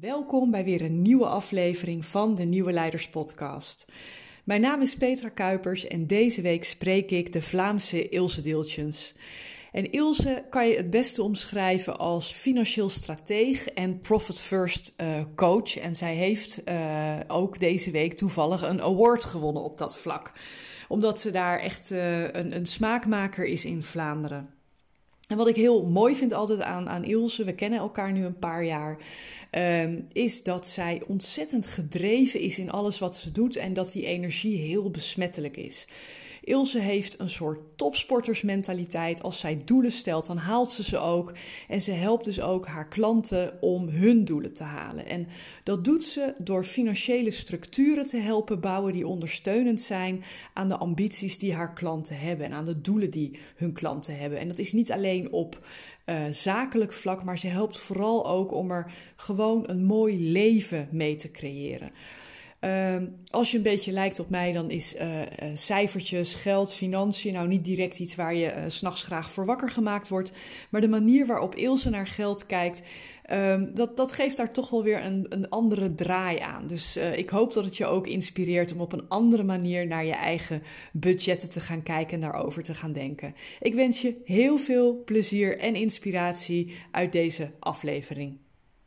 Welkom bij weer een nieuwe aflevering van de Nieuwe Leiders Podcast. Mijn naam is Petra Kuipers en deze week spreek ik de Vlaamse Ilse Diltjens. En Ilse kan je het beste omschrijven als financieel strateeg en profit first coach. En zij heeft ook deze week toevallig een award gewonnen op dat vlak. Omdat ze daar echt een smaakmaker is in Vlaanderen. En wat ik heel mooi vind altijd aan Ilse, we kennen elkaar nu een paar jaar, is dat zij ontzettend gedreven is in alles wat ze doet en dat die energie heel besmettelijk is. Ilse heeft een soort topsportersmentaliteit. Als zij doelen stelt, dan haalt ze ook. En ze helpt dus ook haar klanten om hun doelen te halen. En dat doet ze door financiële structuren te helpen bouwen die ondersteunend zijn aan de ambities die haar klanten hebben en aan de doelen die hun klanten hebben. En dat is niet alleen op zakelijk vlak, maar ze helpt vooral ook om er gewoon een mooi leven mee te creëren. Als je een beetje lijkt op mij, dan is cijfertjes, geld, financiën nou niet direct iets waar je 's nachts graag voor wakker gemaakt wordt. Maar de manier waarop Ilse naar geld kijkt, dat geeft daar toch wel weer een andere draai aan. Dus ik hoop dat het je ook inspireert om op een andere manier naar je eigen budgetten te gaan kijken en daarover te gaan denken. Ik wens je heel veel plezier en inspiratie uit deze aflevering.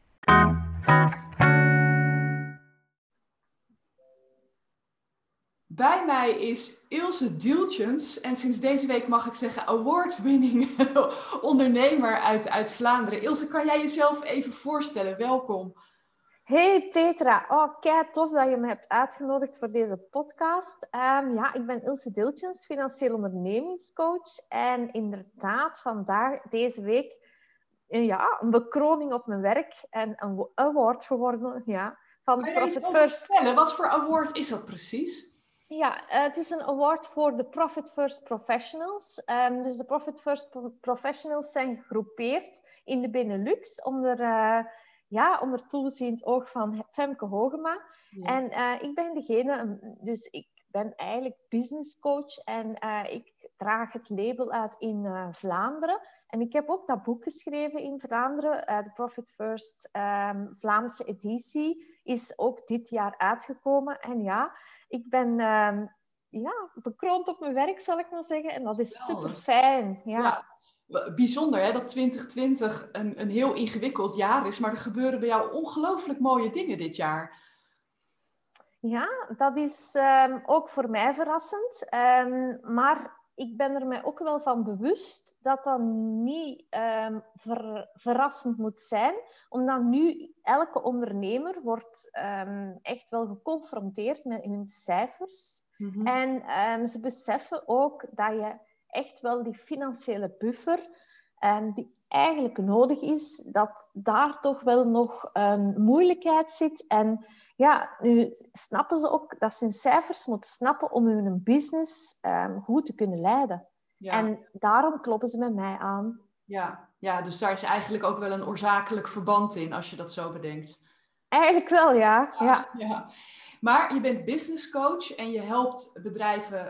Bij mij is Ilse Diltjens en sinds deze week mag ik zeggen award-winning ondernemer uit Vlaanderen. Ilse, kan jij jezelf even voorstellen? Welkom. Hey Petra, kei tof dat je me hebt uitgenodigd voor deze podcast. Ik ben Ilse Diltjens, financieel ondernemingscoach. En inderdaad, vandaag, deze week, een bekroning op mijn werk en een award geworden van Kan je Profit iets over First. vertellen? Wat voor award is dat precies? Ja, het is een award voor de Profit First Professionals. Dus de Profit First Professionals zijn gegroepeerd in de Benelux onder toeziend oog van Femke Hogema. Ja. En ik ben degene, dus ik ben eigenlijk business coach en ik draag het label uit in Vlaanderen. En ik heb ook dat boek geschreven in Vlaanderen. De Profit First Vlaamse editie is ook dit jaar uitgekomen. En ja, ik ben bekroond op mijn werk, zal ik maar zeggen. En dat is super fijn. Ja. Bijzonder hè, dat 2020 een heel ingewikkeld jaar is. Maar er gebeuren bij jou ongelooflijk mooie dingen dit jaar. Ja, dat is ook voor mij verrassend. Maar ik ben er mij ook wel van bewust dat dat niet verrassend moet zijn. Omdat nu elke ondernemer wordt echt wel geconfronteerd met hun cijfers. Mm-hmm. En ze beseffen ook dat je echt wel die financiële buffer die eigenlijk nodig is, dat daar toch wel nog een moeilijkheid zit. En ja, nu snappen ze ook dat ze hun cijfers moeten snappen om hun business goed te kunnen leiden. Ja. En daarom kloppen ze met mij aan. Ja, dus daar is eigenlijk ook wel een oorzakelijk verband in, als je dat zo bedenkt. Eigenlijk wel, ja. Maar je bent business coach en je helpt bedrijven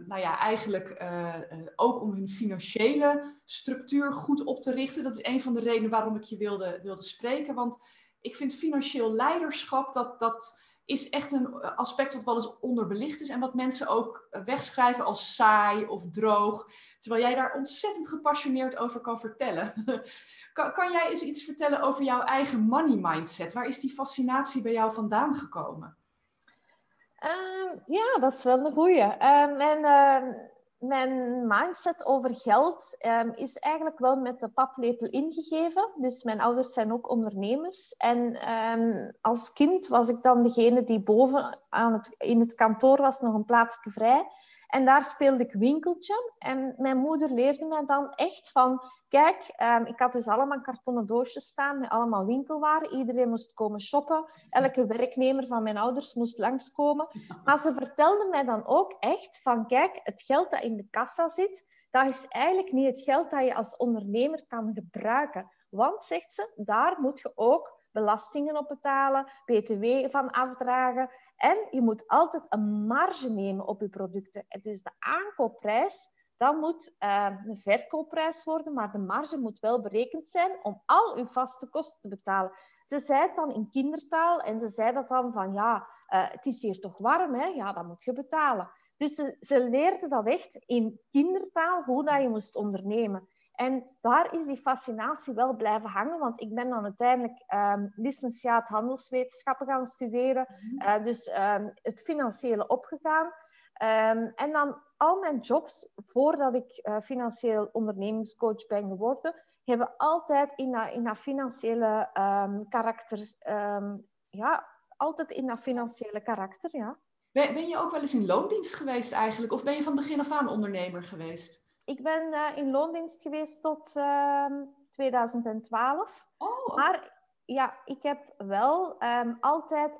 ook om hun financiële structuur goed op te richten. Dat is een van de redenen waarom ik je wilde spreken. Want ik vind financieel leiderschap, dat is echt een aspect wat wel eens onderbelicht is. En wat mensen ook wegschrijven als saai of droog. Terwijl jij daar ontzettend gepassioneerd over kan vertellen. Kan jij eens iets vertellen over jouw eigen money mindset? Waar is die fascinatie bij jou vandaan gekomen? Dat is wel een goeie. Mijn mindset over geld is eigenlijk wel met de paplepel ingegeven. Dus mijn ouders zijn ook ondernemers. En als kind was ik dan degene die boven in het kantoor was nog een plaatsje vrij. En daar speelde ik winkeltje. En mijn moeder leerde mij dan echt van... Kijk, ik had dus allemaal kartonnen doosjes staan met allemaal winkelwaren. Iedereen moest komen shoppen. Elke werknemer van mijn ouders moest langskomen. Maar ze vertelde mij dan ook echt van... Kijk, het geld dat in de kassa zit, dat is eigenlijk niet het geld dat je als ondernemer kan gebruiken. Want, zegt ze, daar moet je ook belastingen op betalen, btw van afdragen. En je moet altijd een marge nemen op je producten. En dus de aankoopprijs, dat moet een verkoopprijs worden, maar de marge moet wel berekend zijn om al uw vaste kosten te betalen. Ze zei het dan in kindertaal en ze zei dat dan van het is hier toch warm, hè? Ja, dat moet je betalen. Dus ze leerde dat echt in kindertaal, hoe dat je moest ondernemen. En daar is die fascinatie wel blijven hangen, want ik ben dan uiteindelijk licentiaat handelswetenschappen gaan studeren, dus het financiële opgegaan. En dan al mijn jobs, voordat ik financieel ondernemingscoach ben geworden, hebben altijd in dat financiële karakter, altijd in dat financiële karakter, ja. Ben je ook wel eens in loondienst geweest eigenlijk? Of ben je van begin af aan ondernemer geweest? Ik ben in loondienst geweest tot 2012. Oh, Maar ja, ik heb wel altijd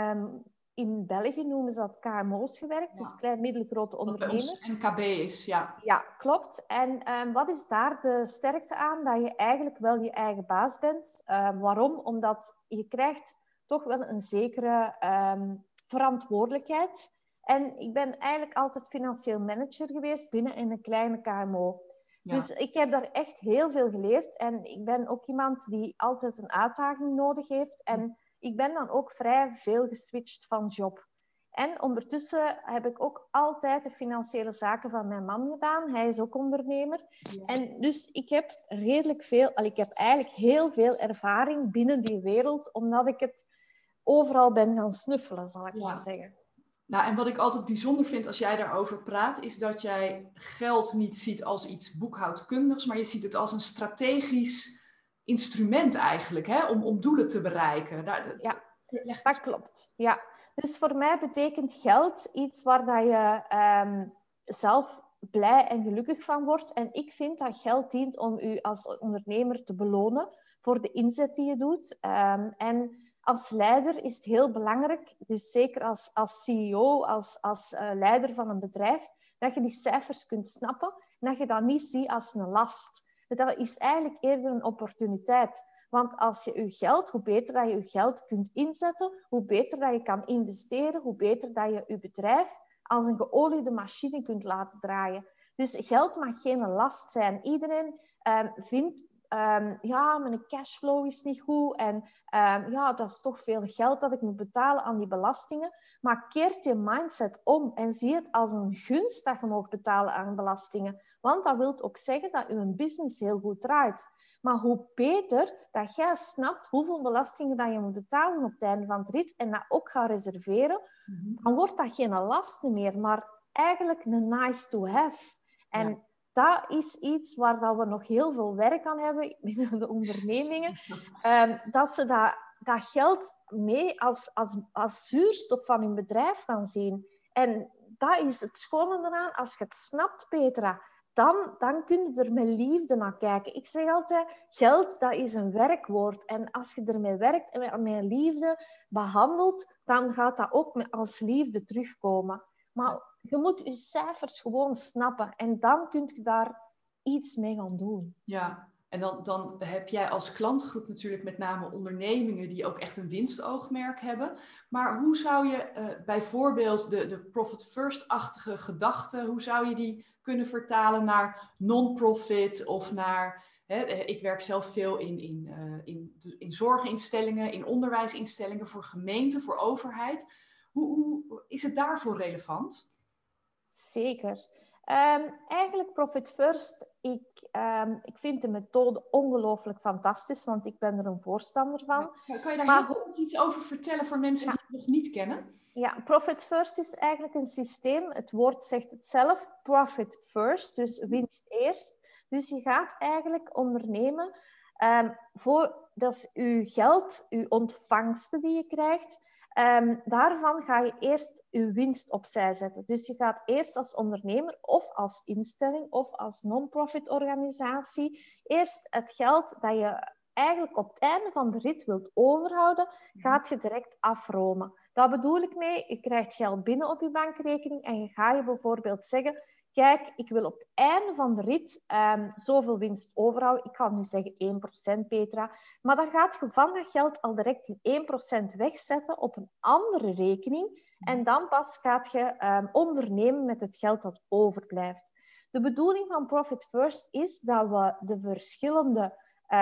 in België noemen ze dat KMO's gewerkt, dus klein, middelgrote ondernemers. Wat bij ons MKB is, ja. Ja, klopt. En wat is daar de sterkte aan? Dat je eigenlijk wel je eigen baas bent. Waarom? Omdat je krijgt toch wel een zekere verantwoordelijkheid. En ik ben eigenlijk altijd financieel manager geweest binnen een kleine KMO. Ja. Dus ik heb daar echt heel veel geleerd. En ik ben ook iemand die altijd een uitdaging nodig heeft. En ik ben dan ook vrij veel geswitcht van job. En ondertussen heb ik ook altijd de financiële zaken van mijn man gedaan. Hij is ook ondernemer. Ja. En dus ik heb ik heb eigenlijk heel veel ervaring binnen die wereld, omdat ik het overal ben gaan snuffelen, zal ik maar zeggen. Nou, en wat ik altijd bijzonder vind als jij daarover praat, is dat jij geld niet ziet als iets boekhoudkundigs, maar je ziet het als een strategisch instrument eigenlijk, hè, om doelen te bereiken. Dat klopt. Ja. Dus voor mij betekent geld iets waar dat je zelf blij en gelukkig van wordt. En ik vind dat geld dient om u als ondernemer te belonen voor de inzet die je doet. En als leider is het heel belangrijk, dus zeker als CEO, als leider van een bedrijf, dat je die cijfers kunt snappen en dat je dat niet ziet als een last. Dat is eigenlijk eerder een opportuniteit. Want als je je geld, hoe beter dat je je geld kunt inzetten, hoe beter dat je kan investeren, hoe beter dat je je bedrijf als een geoliede machine kunt laten draaien. Dus geld mag geen last zijn. Iedereen vindt, mijn cashflow is niet goed en dat is toch veel geld dat ik moet betalen aan die belastingen. Maar keert je mindset om en zie het als een gunst dat je mag betalen aan belastingen. Want dat wil ook zeggen dat je business heel goed draait. Maar hoe beter dat jij snapt hoeveel belastingen dat je moet betalen op het einde van het rit en dat ook gaat reserveren, dan wordt dat geen last meer, maar eigenlijk een nice to have. En dat is iets waar dat we nog heel veel werk aan hebben binnen de ondernemingen. Dat ze dat geld mee als zuurstof van hun bedrijf gaan zien. En dat is het schone eraan. Als je het snapt, Petra, dan kun je er met liefde naar kijken. Ik zeg altijd, geld, dat is een werkwoord. En als je ermee werkt en met liefde behandelt, dan gaat dat ook als liefde terugkomen. Maar je moet je cijfers gewoon snappen. En dan kun je daar iets mee gaan doen. Ja, en dan heb jij als klantgroep natuurlijk met name ondernemingen die ook echt een winstoogmerk hebben. Maar hoe zou je bijvoorbeeld de profit first-achtige gedachte, hoe zou je die kunnen vertalen naar non-profit of naar... ik werk zelf veel in zorginstellingen, in onderwijsinstellingen, voor gemeenten, voor overheid. Hoe is het daarvoor relevant? Zeker. Eigenlijk Profit First, ik vind de methode ongelooflijk fantastisch, want ik ben er een voorstander van. Ja, kan je daar heel kort iets over vertellen voor mensen die het nog niet kennen? Ja, Profit First is eigenlijk een systeem, het woord zegt het zelf, Profit First, dus winst eerst. Dus je gaat eigenlijk ondernemen dat is uw geld, uw ontvangsten die je krijgt. Daarvan ga je eerst je winst opzij zetten. Dus je gaat eerst als ondernemer of als instelling of als non-profit organisatie eerst het geld dat je eigenlijk op het einde van de rit wilt overhouden, gaat je direct afromen. Daar bedoel ik mee, je krijgt geld binnen op je bankrekening en je gaat je bijvoorbeeld zeggen, kijk, ik wil op het einde van de rit zoveel winst overhouden. Ik ga nu zeggen 1%, Petra. Maar dan gaat je van dat geld al direct die 1% wegzetten op een andere rekening. En dan pas gaat je ondernemen met het geld dat overblijft. De bedoeling van Profit First is dat we de verschillende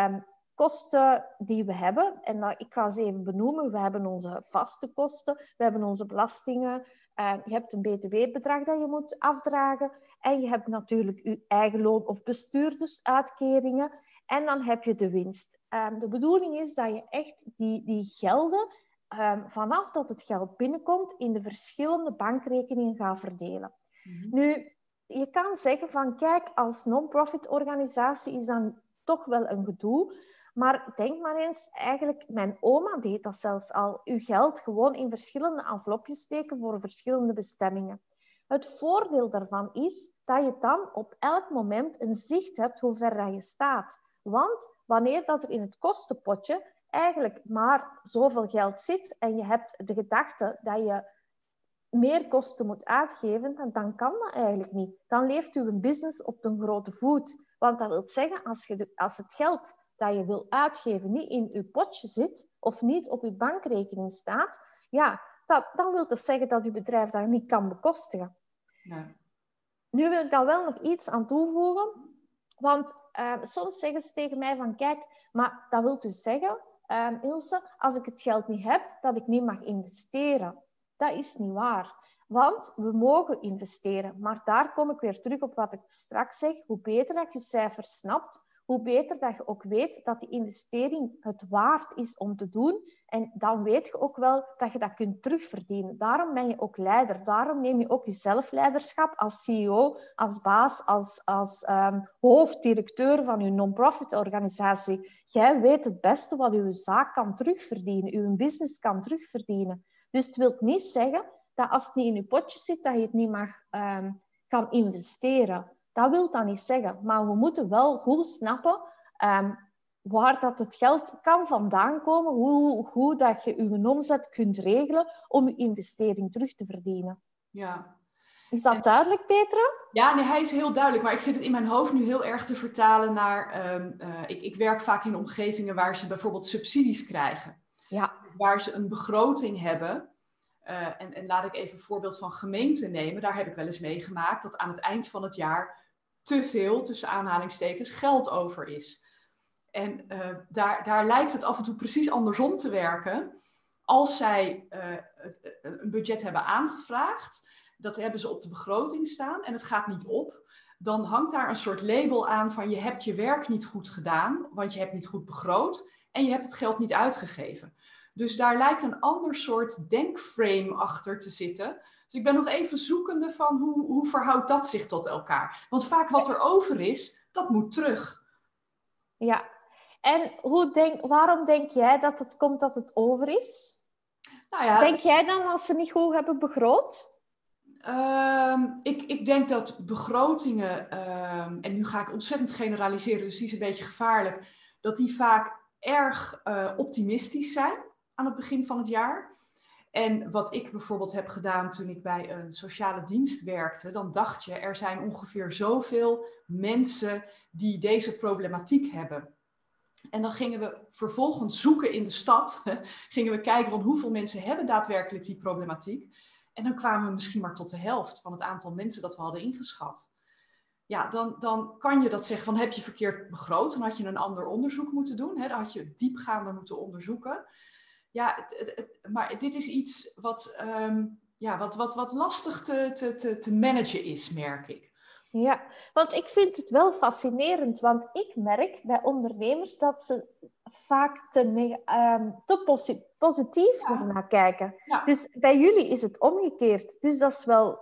kosten die we hebben, en ik ga ze even benoemen, we hebben onze vaste kosten, we hebben onze belastingen, je hebt een btw-bedrag dat je moet afdragen en je hebt natuurlijk je eigen loon- of bestuurdersuitkeringen en dan heb je de winst. De bedoeling is dat je echt die gelden, vanaf dat het geld binnenkomt, in de verschillende bankrekeningen gaat verdelen. Mm-hmm. Nu, je kan zeggen van kijk, als non-profit organisatie is dan toch wel een gedoe. Maar denk maar eens, eigenlijk, mijn oma deed dat zelfs al. Uw geld gewoon in verschillende envelopjes steken voor verschillende bestemmingen. Het voordeel daarvan is dat je dan op elk moment een zicht hebt hoe ver dat je staat. Want wanneer dat er in het kostenpotje eigenlijk maar zoveel geld zit en je hebt de gedachte dat je meer kosten moet uitgeven, dan kan dat eigenlijk niet. Dan leeft uw business op de grote voet. Want dat wil zeggen, als het geld dat je wil uitgeven niet in uw potje zit of niet op uw bankrekening staat, ja, dan wil dat zeggen dat uw bedrijf dat niet kan bekostigen. Ja. Nu wil ik daar wel nog iets aan toevoegen. Want soms zeggen ze tegen mij van kijk, maar dat wil dus zeggen, Ilse, als ik het geld niet heb, dat ik niet mag investeren. Dat is niet waar. Want we mogen investeren. Maar daar kom ik weer terug op wat ik straks zeg. Hoe beter dat je cijfers snapt, hoe beter dat je ook weet dat die investering het waard is om te doen. En dan weet je ook wel dat je dat kunt terugverdienen. Daarom ben je ook leider. Daarom neem je ook je zelfleiderschap als CEO, als baas, als hoofddirecteur van je non-profit organisatie. Jij weet het beste wat je zaak kan terugverdienen, je business kan terugverdienen. Dus het wil niet zeggen dat als het niet in je potje zit, dat je het niet mag gaan investeren. Dat wil dat niet zeggen. Maar we moeten wel goed snappen waar dat het geld kan vandaan komen, hoe dat je je omzet kunt regelen om je investering terug te verdienen. Ja. Is dat duidelijk, Petra? Ja, nee, hij is heel duidelijk. Maar ik zit het in mijn hoofd nu heel erg te vertalen naar... ik werk vaak in omgevingen waar ze bijvoorbeeld subsidies krijgen. Ja. Waar ze een begroting hebben. En laat ik even een voorbeeld van gemeenten nemen. Daar heb ik wel eens meegemaakt dat aan het eind van het jaar te veel, tussen aanhalingstekens, geld over is. En daar lijkt het af en toe precies andersom te werken. Als zij een budget hebben aangevraagd, dat hebben ze op de begroting staan en het gaat niet op, dan hangt daar een soort label aan van je hebt je werk niet goed gedaan, want je hebt niet goed begroot en je hebt het geld niet uitgegeven. Dus daar lijkt een ander soort denkframe achter te zitten. Dus ik ben nog even zoekende van hoe verhoudt dat zich tot elkaar? Want vaak wat er over is, dat moet terug. Ja. En waarom denk jij dat het komt dat het over is? Nou ja, denk jij dan als ze niet goed hebben begroot? Ik denk dat begrotingen, en nu ga ik ontzettend generaliseren, dus die is een beetje gevaarlijk, dat die vaak erg optimistisch zijn aan het begin van het jaar. En wat ik bijvoorbeeld heb gedaan toen ik bij een sociale dienst werkte, dan dacht je, er zijn ongeveer zoveel mensen die deze problematiek hebben. En dan gingen we vervolgens zoeken in de stad, gingen we kijken van hoeveel mensen hebben daadwerkelijk die problematiek. En dan kwamen we misschien maar tot de helft van het aantal mensen dat we hadden ingeschat. Ja, dan kan je dat zeggen van heb je verkeerd begroot, dan had je een ander onderzoek moeten doen. Dan had je diepgaander moeten onderzoeken. Ja, maar dit is iets wat lastig te managen is, merk ik. Ja, want ik vind het wel fascinerend, want ik merk bij ondernemers dat ze vaak te positief ernaar kijken. Ja. Dus bij jullie is het omgekeerd. Dus dat is wel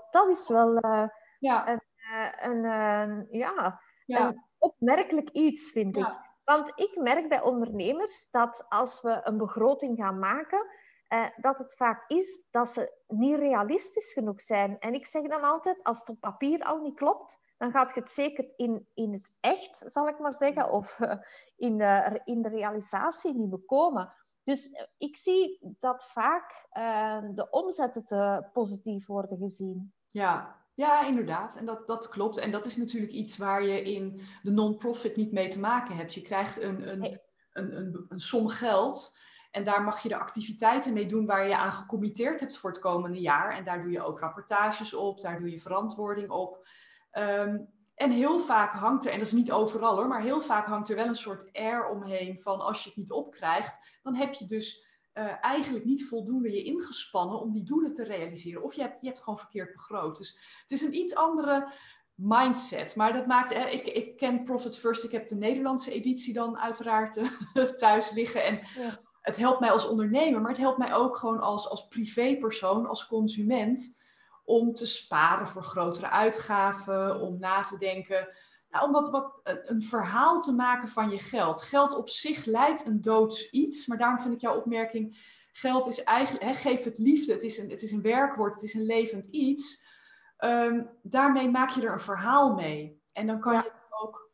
een opmerkelijk iets, vind ik. Want ik merk bij ondernemers dat als we een begroting gaan maken, dat het vaak is dat ze niet realistisch genoeg zijn. En ik zeg dan altijd, als het op papier al niet klopt, dan gaat je het zeker in het echt, zal ik maar zeggen, of in de realisatie niet bekomen. Dus ik zie dat vaak de omzetten te positief worden gezien. Ja, inderdaad. En dat klopt. En dat is natuurlijk iets waar je in de non-profit niet mee te maken hebt. Je krijgt een som geld en daar mag je de activiteiten mee doen waar je aan gecommitteerd hebt voor het komende jaar. En daar doe je ook rapportages op, daar doe je verantwoording op. En heel vaak hangt er, en dat is niet overal hoor, maar heel vaak hangt er wel een soort air omheen van als je het niet opkrijgt, dan heb je dus eigenlijk niet voldoende je ingespannen om die doelen te realiseren. Of je hebt gewoon verkeerd begroot. Dus het is een iets andere mindset. Maar dat maakt, ik ken Profit First, ik heb de Nederlandse editie dan uiteraard thuis liggen. En het helpt mij als ondernemer, maar het helpt mij ook gewoon als privépersoon, als consument, om te sparen voor grotere uitgaven, om na te denken, om een verhaal te maken van je geld. Geld op zich lijkt een doods iets, maar daarom vind ik jouw opmerking, geld is eigenlijk, geef het liefde, het is een werkwoord, het is een levend iets. Daarmee maak je er een verhaal mee. En dan kan je ook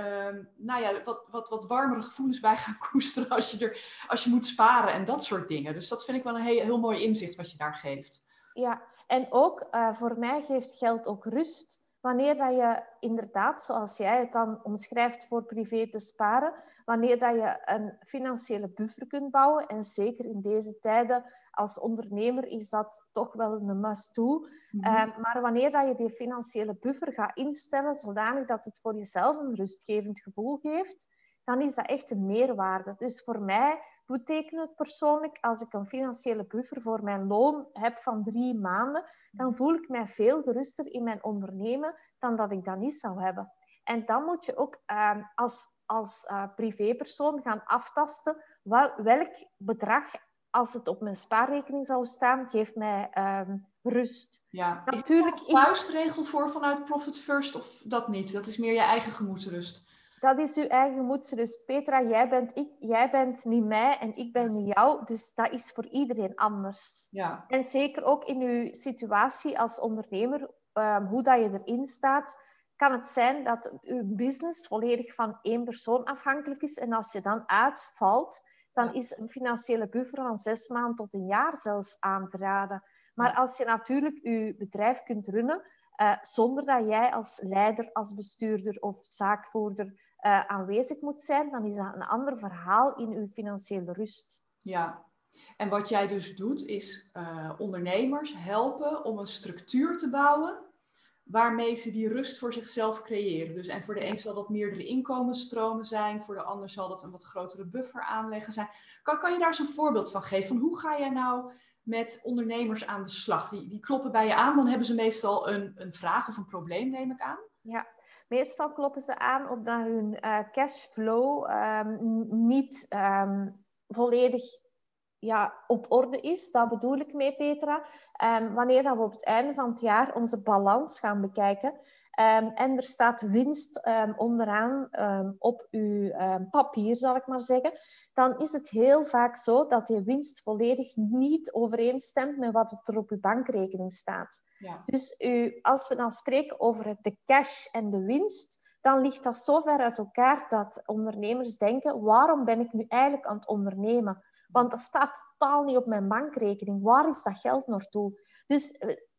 wat warmere gevoelens bij gaan koesteren als je moet sparen en dat soort dingen. Dus dat vind ik wel een heel mooi inzicht wat je daar geeft. Ja, en ook voor mij geeft geld ook rust. Wanneer dat je inderdaad, zoals jij het dan omschrijft, voor privé te sparen, wanneer dat je een financiële buffer kunt bouwen, en zeker in deze tijden als ondernemer is dat toch wel een must-do. Maar wanneer dat je die financiële buffer gaat instellen, zodanig dat het voor jezelf een rustgevend gevoel geeft, dan is dat echt een meerwaarde. Dus voor mij betekent het persoonlijk, als ik een financiële buffer voor mijn loon heb van 3 maanden, dan voel ik mij veel geruster in mijn ondernemen dan dat ik dat niet zou hebben. En dan moet je ook als privépersoon gaan aftasten welk bedrag, als het op mijn spaarrekening zou staan, geeft mij rust. Ja. Natuurlijk, is er een vuistregel voor vanuit Profit First of dat niet? Dat is meer je eigen gemoedsrust. Dat is uw eigen gemoedsrust. Petra, jij bent niet mij en ik ben niet jou. Dus dat is voor iedereen anders. Ja. En zeker ook in uw situatie als ondernemer, hoe dat je erin staat, kan het zijn dat uw business volledig van 1 persoon afhankelijk is. En als je dan uitvalt, dan is een financiële buffer van 6 maanden tot 1 jaar zelfs aan te raden. Maar als je natuurlijk je bedrijf kunt runnen, zonder dat jij als leider, als bestuurder of zaakvoerder aanwezig moet zijn, dan is dat een ander verhaal in uw financiële rust. Ja, en wat jij dus doet is ondernemers helpen om een structuur te bouwen waarmee ze die rust voor zichzelf creëren. Dus, en voor de een zal dat meerdere inkomensstromen zijn, voor de ander zal dat een wat grotere buffer aanleggen zijn. Kan je daar eens een voorbeeld van geven? Van hoe ga jij nou met ondernemers aan de slag? Die kloppen bij je aan, dan hebben ze meestal een vraag of een probleem, neem ik aan. Ja, meestal kloppen ze aan omdat hun cashflow niet volledig op orde is. Dat bedoel ik mee, Petra. Wanneer dat we op het einde van het jaar onze balans gaan bekijken en er staat winst onderaan op uw papier, zal ik maar zeggen, dan is het heel vaak zo dat die winst volledig niet overeenstemt met wat er op uw bankrekening staat. Ja. Dus als we dan spreken over de cash en de winst, dan ligt dat zo ver uit elkaar dat ondernemers denken, waarom ben ik nu eigenlijk aan het ondernemen? Want dat staat totaal niet op mijn bankrekening. Waar is dat geld naartoe? Dus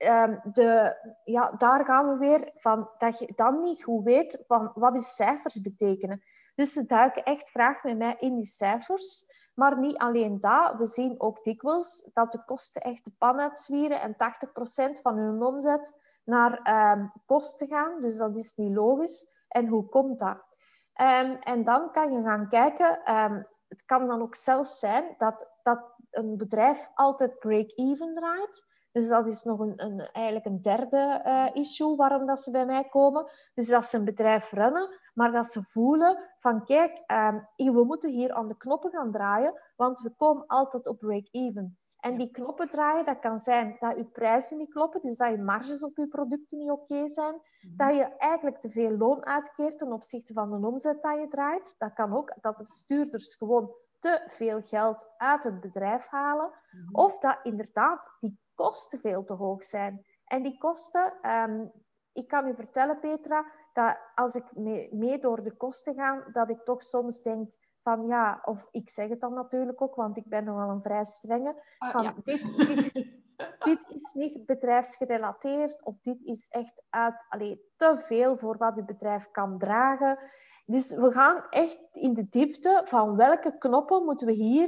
daar gaan we weer van dat je dan niet goed weet van wat je cijfers betekenen. Dus ze duiken echt graag met mij in die cijfers. Maar niet alleen dat. We zien ook dikwijls dat de kosten echt de pan uitzwieren en 80% van hun omzet naar kosten gaan. Dus dat is niet logisch. En hoe komt dat? En dan kan je gaan kijken. Het kan dan ook zelfs zijn dat een bedrijf altijd break-even draait. Dus dat is nog eigenlijk een derde issue waarom dat ze bij mij komen. Dus dat ze een bedrijf runnen, maar dat ze voelen van kijk, we moeten hier aan de knoppen gaan draaien, want we komen altijd op break-even. En die knoppen draaien, dat kan zijn dat je prijzen niet kloppen, dus dat je marges op je producten niet oké zijn, dat je eigenlijk te veel loon uitkeert ten opzichte van de omzet dat je draait. Dat kan ook dat de bestuurders gewoon te veel geld uit het bedrijf halen, of dat inderdaad die kosten veel te hoog zijn. En die kosten, ik kan u vertellen, Petra, dat als ik mee door de kosten ga, dat ik toch soms denk van ja, of ik zeg het dan natuurlijk ook, want ik ben nog wel een vrij strenge, van dit is niet bedrijfsgerelateerd, of dit is echt te veel voor wat uw bedrijf kan dragen. Dus we gaan echt in de diepte van welke knoppen moeten we hier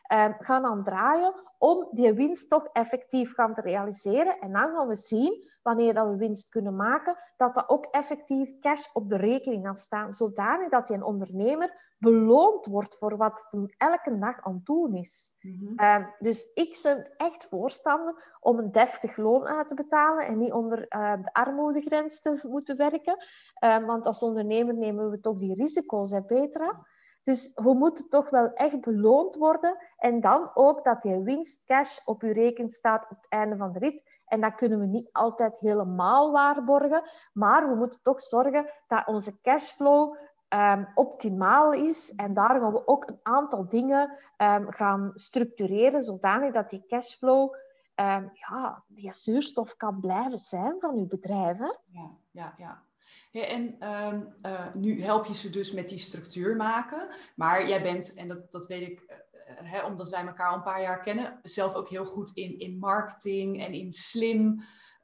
gaan aan draaien om die winst toch effectief gaan te realiseren. En dan gaan we zien, wanneer dat we winst kunnen maken, dat dat ook effectief cash op de rekening gaat staan, zodanig dat die een ondernemer beloond wordt voor wat hij elke dag aan het doen is. Mm-hmm. Dus ik ben echt voorstander om een deftig loon uit te betalen en niet onder de armoedegrens te moeten werken. Want als ondernemer nemen we toch die risico's, hè, Petra? Dus we moeten toch wel echt beloond worden. En dan ook dat je winst, cash op je rekening staat op het einde van de rit. En dat kunnen we niet altijd helemaal waarborgen. Maar we moeten toch zorgen dat onze cashflow optimaal is. En daar gaan we ook een aantal dingen gaan structureren, zodanig dat die cashflow die zuurstof kan blijven zijn van uw bedrijf. Hè? Ja. Ja, en nu help je ze dus met die structuur maken. Maar jij bent, en dat weet ik, omdat wij elkaar al een paar jaar kennen, zelf ook heel goed in marketing en in slim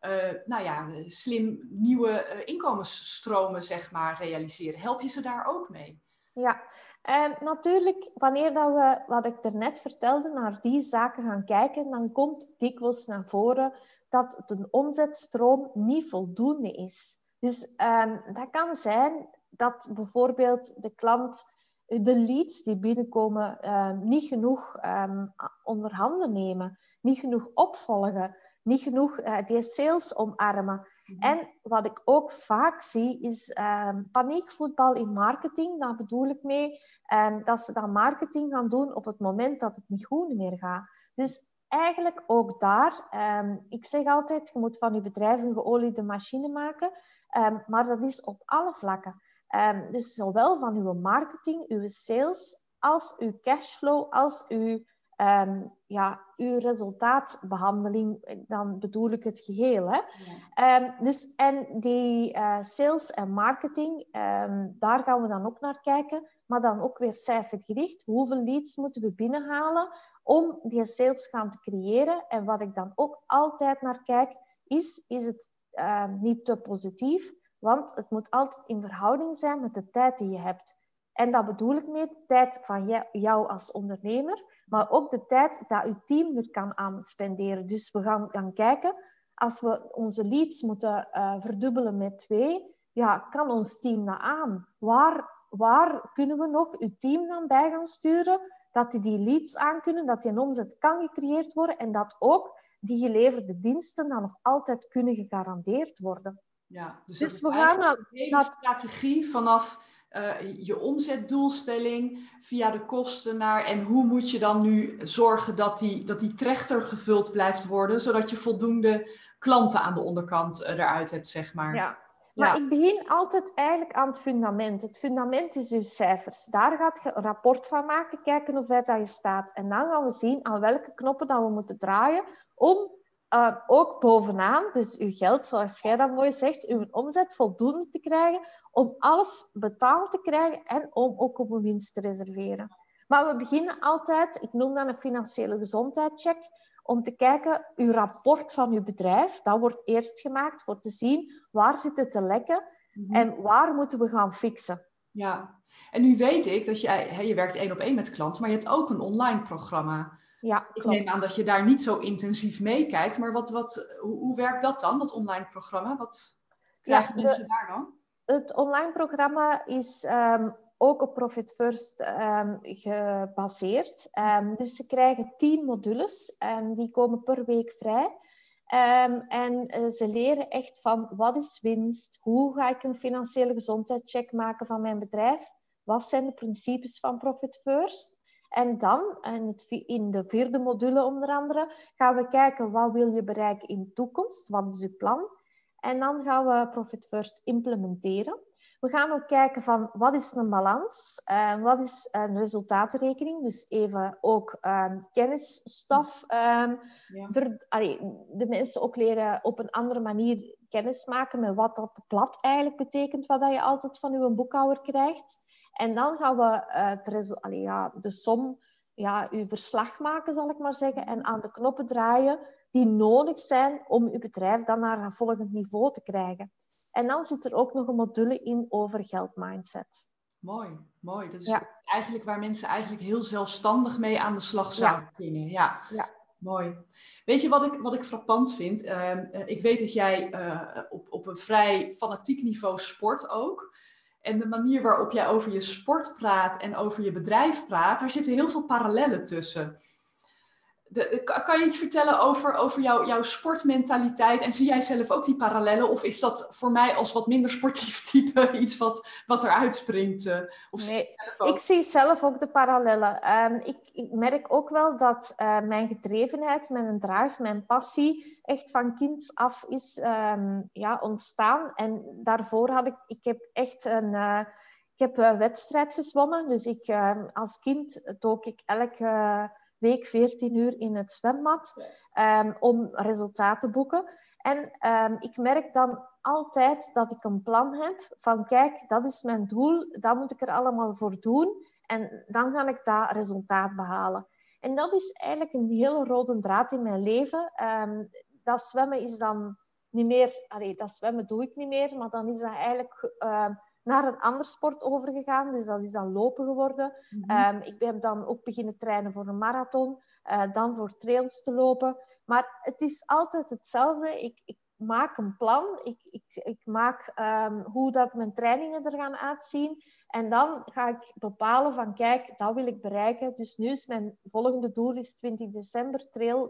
nieuwe inkomensstromen, zeg maar, realiseren. Help je ze daar ook mee? Ja, natuurlijk, wanneer dat we, wat ik daarnet vertelde, naar die zaken gaan kijken, dan komt dikwijls naar voren dat de omzetstroom niet voldoende is. Dus dat kan zijn dat bijvoorbeeld de klant de leads die binnenkomen niet genoeg onder handen nemen, niet genoeg opvolgen, niet genoeg die sales omarmen. En wat ik ook vaak zie is paniekvoetbal in marketing. Daar bedoel ik mee dat ze dan marketing gaan doen op het moment dat het niet goed meer gaat. Dus eigenlijk ook daar, ik zeg altijd, je moet van je bedrijf een geoliede machine maken. Maar dat is op alle vlakken. Dus zowel van uw marketing, uw sales, als uw cashflow, als uw resultaatbehandeling, dan bedoel ik het geheel. Hè? Ja. En die sales en marketing, daar gaan we dan ook naar kijken, maar dan ook weer cijfergericht. Hoeveel leads moeten we binnenhalen om die sales gaan te creëren? En wat ik dan ook altijd naar kijk, is het niet te positief, want het moet altijd in verhouding zijn met de tijd die je hebt. En dat bedoel ik met de tijd van jou als ondernemer, maar ook de tijd dat uw team er kan aan spenderen. Dus we gaan kijken, als we onze leads moeten verdubbelen met 2, kan ons team dat aan? Waar kunnen we nog uw team dan bij gaan sturen, dat die leads aan kunnen, dat die een omzet kan gecreëerd worden en dat ook die geleverde diensten dan nog altijd kunnen gegarandeerd worden. Ja, dus we gaan een hele strategie vanaf je omzetdoelstelling via de kosten naar en hoe moet je dan nu zorgen dat die trechter gevuld blijft worden, zodat je voldoende klanten aan de onderkant eruit hebt, zeg maar. Ja. Maar ik begin altijd eigenlijk aan het fundament. Het fundament is dus cijfers. Daar gaat je een rapport van maken, kijken hoe ver dat je staat. En dan gaan we zien aan welke knoppen dat we moeten draaien om ook bovenaan, dus uw geld, zoals jij dat mooi zegt, uw omzet voldoende te krijgen, om alles betaald te krijgen en om ook op een winst te reserveren. Maar we beginnen altijd, ik noem dat een financiële gezondheidscheck, om te kijken, uw rapport van uw bedrijf, dat wordt eerst gemaakt voor te zien waar zit het te lekken en waar moeten we gaan fixen. Ja, en nu weet ik dat je werkt 1-op-1 met klanten, maar je hebt ook een online programma. Ja, klopt. Ik neem aan dat je daar niet zo intensief meekijkt, maar hoe werkt dat dan, dat online programma? Wat krijgen mensen daar dan? Het online programma is ook op Profit First gebaseerd. Dus ze krijgen 10 modules, die komen per week vrij. En ze leren echt van wat is winst, hoe ga ik een financiële gezondheidscheck maken van mijn bedrijf, wat zijn de principes van Profit First. En dan, in de 4e module onder andere, gaan we kijken wat wil je bereiken in de toekomst, wat is je plan. En dan gaan we Profit First implementeren. We gaan ook kijken van wat is een balans, wat is een resultatenrekening, dus even ook kennisstof. De mensen ook leren op een andere manier kennis maken met wat dat plat eigenlijk betekent, wat je altijd van je boekhouder krijgt. En dan gaan we de som, uw verslag maken, zal ik maar zeggen, en aan de knoppen draaien die nodig zijn om uw bedrijf dan naar een volgend niveau te krijgen. En dan zit er ook nog een module in over geldmindset. Mooi, mooi. Dat is Ja. eigenlijk waar mensen eigenlijk heel zelfstandig mee aan de slag zouden kunnen. Ja, Ja. mooi. Weet je wat ik frappant vind? Ik weet dat jij op een vrij fanatiek niveau sport ook. En de manier waarop jij over je sport praat en over je bedrijf praat, daar zitten heel veel parallellen tussen. Kan je iets vertellen over jouw sportmentaliteit? En zie jij zelf ook die parallellen? Of is dat voor mij als wat minder sportief type iets wat eruit springt? Of zie je Nee, zelf ik ook? zie zelf ook de parallellen. Ik merk ook wel dat mijn gedrevenheid, mijn drive, mijn passie echt van kinds af is ontstaan. En daarvoor ik heb echt een wedstrijd gezwommen. Dus als kind dook ik elke week 14 uur in het zwembad om resultaten te boeken. En ik merk dan altijd dat ik een plan heb van kijk, dat is mijn doel, dat moet ik er allemaal voor doen en dan ga ik dat resultaat behalen. En dat is eigenlijk een hele rode draad in mijn leven. Dat zwemmen is dan niet meer, dat zwemmen doe ik niet meer, maar dan is dat eigenlijk naar een ander sport overgegaan. Dus dat is dan lopen geworden. Ik heb dan ook beginnen trainen voor een marathon, dan voor trails te lopen. Maar het is altijd hetzelfde. Ik maak een plan. Ik maak hoe dat mijn trainingen er gaan uitzien. En dan ga ik bepalen van, kijk, dat wil ik bereiken. Dus nu is mijn volgende doel is 20 december trail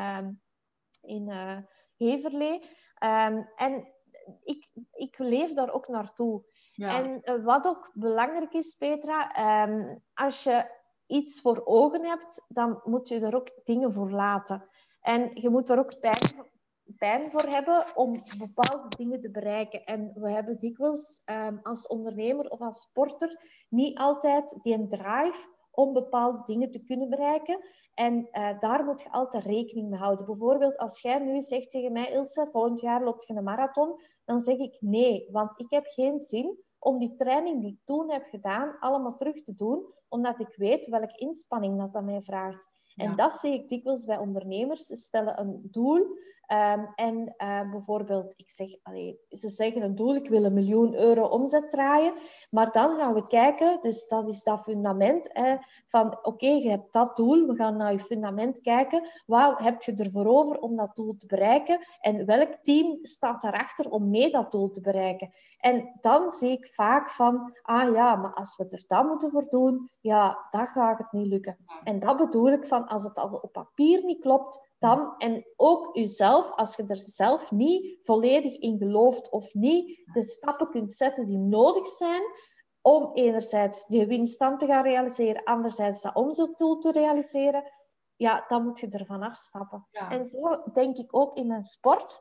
in Heverlee. En ik leef daar ook naartoe. Ja. En wat ook belangrijk is, Petra, als je iets voor ogen hebt, dan moet je er ook dingen voor laten. En je moet er ook pijn voor hebben om bepaalde dingen te bereiken. En we hebben dikwijls als ondernemer of als sporter niet altijd die drive om bepaalde dingen te kunnen bereiken. En daar moet je altijd rekening mee houden. Bijvoorbeeld als jij nu zegt tegen mij, Ilse, volgend jaar loopt je een marathon, dan zeg ik nee, want ik heb geen zin om die training die ik toen heb gedaan allemaal terug te doen, omdat ik weet welke inspanning dat mij vraagt. Ja. En dat zie ik dikwijls bij ondernemers. Ze stellen een doel en bijvoorbeeld, ze zeggen een doel, ik wil €1.000.000 omzet draaien, maar dan gaan we kijken, dus dat is dat fundament, van oké, je hebt dat doel, we gaan naar je fundament kijken, wat heb je ervoor over om dat doel te bereiken en welk team staat daarachter om mee dat doel te bereiken. En dan zie ik vaak van, maar als we er dat moeten voor doen, ja, dan gaat het niet lukken. En dat bedoel ik van, als het al op papier niet klopt, dan, en ook jezelf, als je er zelf niet volledig in gelooft of niet de stappen kunt zetten die nodig zijn om enerzijds die winststand te gaan realiseren, anderzijds dat omzetdoel te realiseren, ja, dan moet je ervan afstappen. Ja. En zo denk ik ook in mijn sport.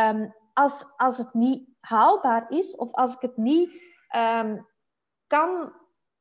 Als het niet haalbaar is of als ik het niet kan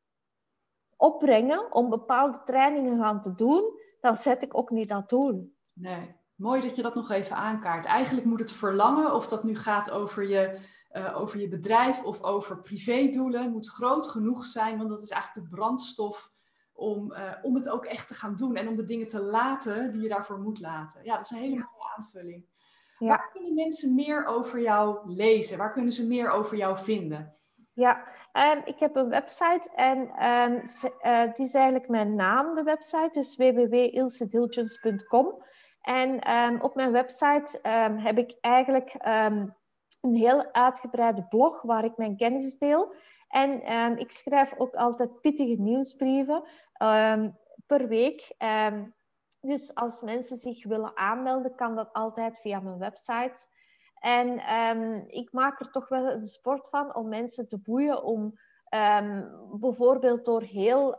opbrengen om bepaalde trainingen gaan te doen, dan zet ik ook niet dat doel. Nee, mooi dat je dat nog even aankaart. Eigenlijk moet het verlangen, of dat nu gaat over je bedrijf of over privédoelen, moet groot genoeg zijn, want dat is eigenlijk de brandstof om het ook echt te gaan doen en om de dingen te laten die je daarvoor moet laten. Ja, dat is een hele mooie aanvulling. Ja. Waar kunnen mensen meer over jou lezen? Waar kunnen ze meer over jou vinden? Ja, ik heb een website en die is eigenlijk mijn naam, de website, dus www.ilsediltjens.com. En op mijn website heb ik eigenlijk een heel uitgebreide blog waar ik mijn kennis deel. En ik schrijf ook altijd pittige nieuwsbrieven per week. Dus als mensen zich willen aanmelden, kan dat altijd via mijn website. En ik maak er toch wel een sport van om mensen te boeien, om bijvoorbeeld door heel,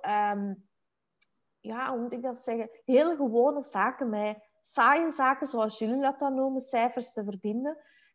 hoe moet ik dat zeggen, heel gewone zaken met saaie zaken, zoals jullie dat dan noemen, cijfers te verbinden.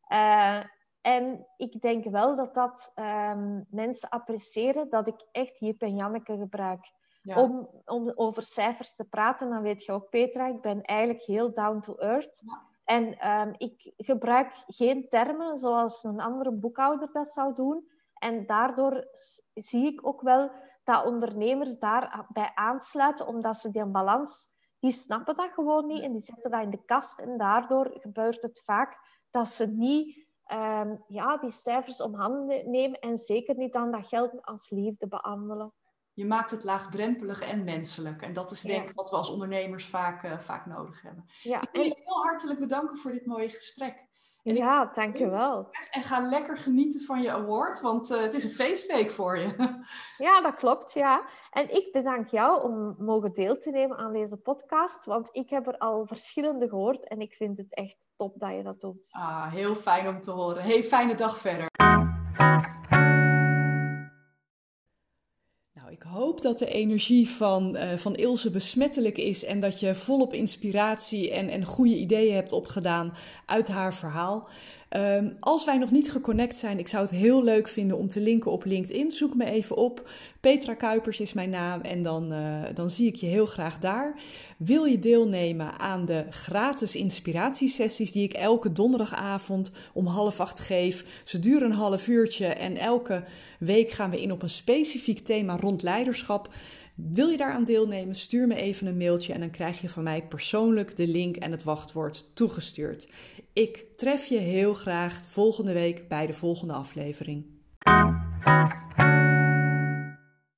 En ik denk wel dat mensen appreciëren dat ik echt Jip en Janneke gebruik. Ja. Om over cijfers te praten, dan weet je ook, Petra, ik ben eigenlijk heel down to earth. Ja. En ik gebruik geen termen zoals een andere boekhouder dat zou doen. En daardoor zie ik ook wel dat ondernemers daarbij aansluiten, omdat ze die balans, die snappen dat gewoon niet en die zetten dat in de kast. En daardoor gebeurt het vaak dat ze niet die cijfers om handen nemen en zeker niet dan dat geld als liefde behandelen. Je maakt het laagdrempelig en menselijk. En dat is denk ik wat we als ondernemers vaak nodig hebben. Ja, Ik wil je heel hartelijk bedanken voor dit mooie gesprek. En dank je wel. En ga lekker genieten van je award, want het is een feestweek voor je. Ja, dat klopt, ja. En ik bedank jou om mogen deel te nemen aan deze podcast, want ik heb er al verschillende gehoord en ik vind het echt top dat je dat doet. Heel fijn om te horen. Hey, fijne dag verder. Nou, ik hoop dat de energie van Ilse besmettelijk is en dat je volop inspiratie en goede ideeën hebt opgedaan uit haar verhaal. Als wij nog niet geconnect zijn, ik zou het heel leuk vinden om te linken op LinkedIn. Zoek me even op. Petra Kuipers is mijn naam en dan zie ik je heel graag daar. Wil je deelnemen aan de gratis inspiratiesessies die ik elke donderdagavond om 7:30 geef? Ze duren een half uurtje en elke week gaan we in op een specifiek thema rond leiderschap. Wil je daaraan deelnemen? Stuur me even een mailtje en dan krijg je van mij persoonlijk de link en het wachtwoord toegestuurd. Ik tref je heel graag volgende week bij de volgende aflevering.